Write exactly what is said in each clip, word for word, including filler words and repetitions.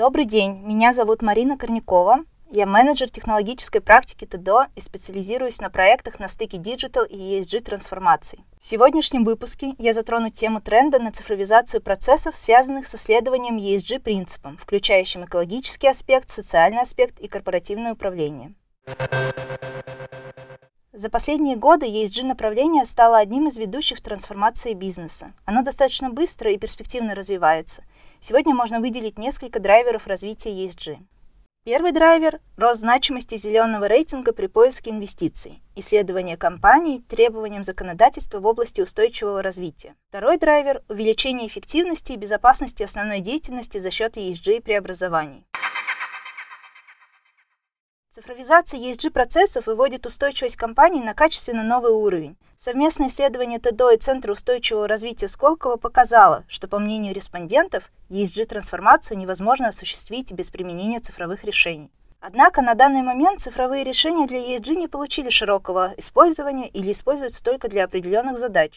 Добрый день, меня зовут Марина Корнякова. Я менеджер технологической практики ТДО и специализируюсь на проектах на стыке Digital и и эс джи трансформаций. В сегодняшнем выпуске я затрону тему тренда на цифровизацию процессов, связанных с исследованием и эс джи принципом, включающим экологический аспект, социальный аспект и корпоративное управление. За последние годы и эс джи направление стало одним из ведущих в трансформации бизнеса. Оно достаточно быстро и перспективно развивается. Сегодня можно выделить несколько драйверов развития и эс джи. Первый драйвер – рост значимости зеленого рейтинга при поиске инвестиций, исследование компаний, требованиям законодательства в области устойчивого развития. Второй драйвер – увеличение эффективности и безопасности основной деятельности за счет и эс джи преобразований. Цифровизация и эс джи процессов выводит устойчивость компаний на качественно новый уровень. Совместное исследование ТДО и Центра устойчивого развития Сколково показало, что, по мнению респондентов, и эс джи-трансформацию невозможно осуществить без применения цифровых решений. Однако на данный момент цифровые решения для и эс джи не получили широкого использования или используются только для определенных задач.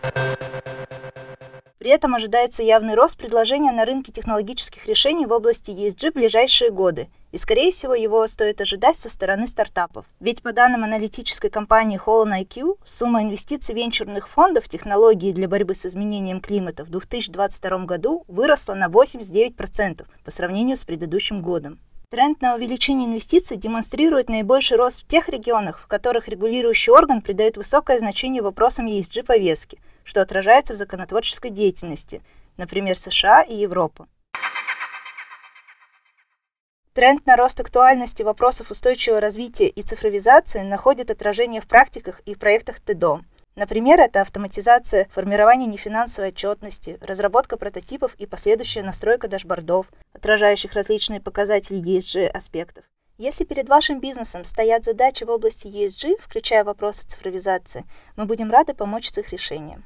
При этом ожидается явный рост предложения на рынке технологических решений в области и эс джи в ближайшие годы, и, скорее всего, его стоит ожидать со стороны стартапов. Ведь по данным аналитической компании Holon ай кью, сумма инвестиций венчурных фондов в технологии для борьбы с изменением климата в две тысячи двадцать втором году выросла на восемьдесят девять процентов по сравнению с предыдущим годом. Тренд на увеличение инвестиций демонстрирует наибольший рост в тех регионах, в которых регулирующий орган придает высокое значение вопросам и эс джи повестки, что отражается в законотворческой деятельности, например, США и Европа. Тренд на рост актуальности вопросов устойчивого развития и цифровизации находит отражение в практиках и в проектах ТДО. Например, это автоматизация формирования нефинансовой отчетности, разработка прототипов и последующая настройка дашбордов, отражающих различные показатели и эс джи аспектов. Если перед вашим бизнесом стоят задачи в области и эс джи, включая вопросы цифровизации, мы будем рады помочь с их решением.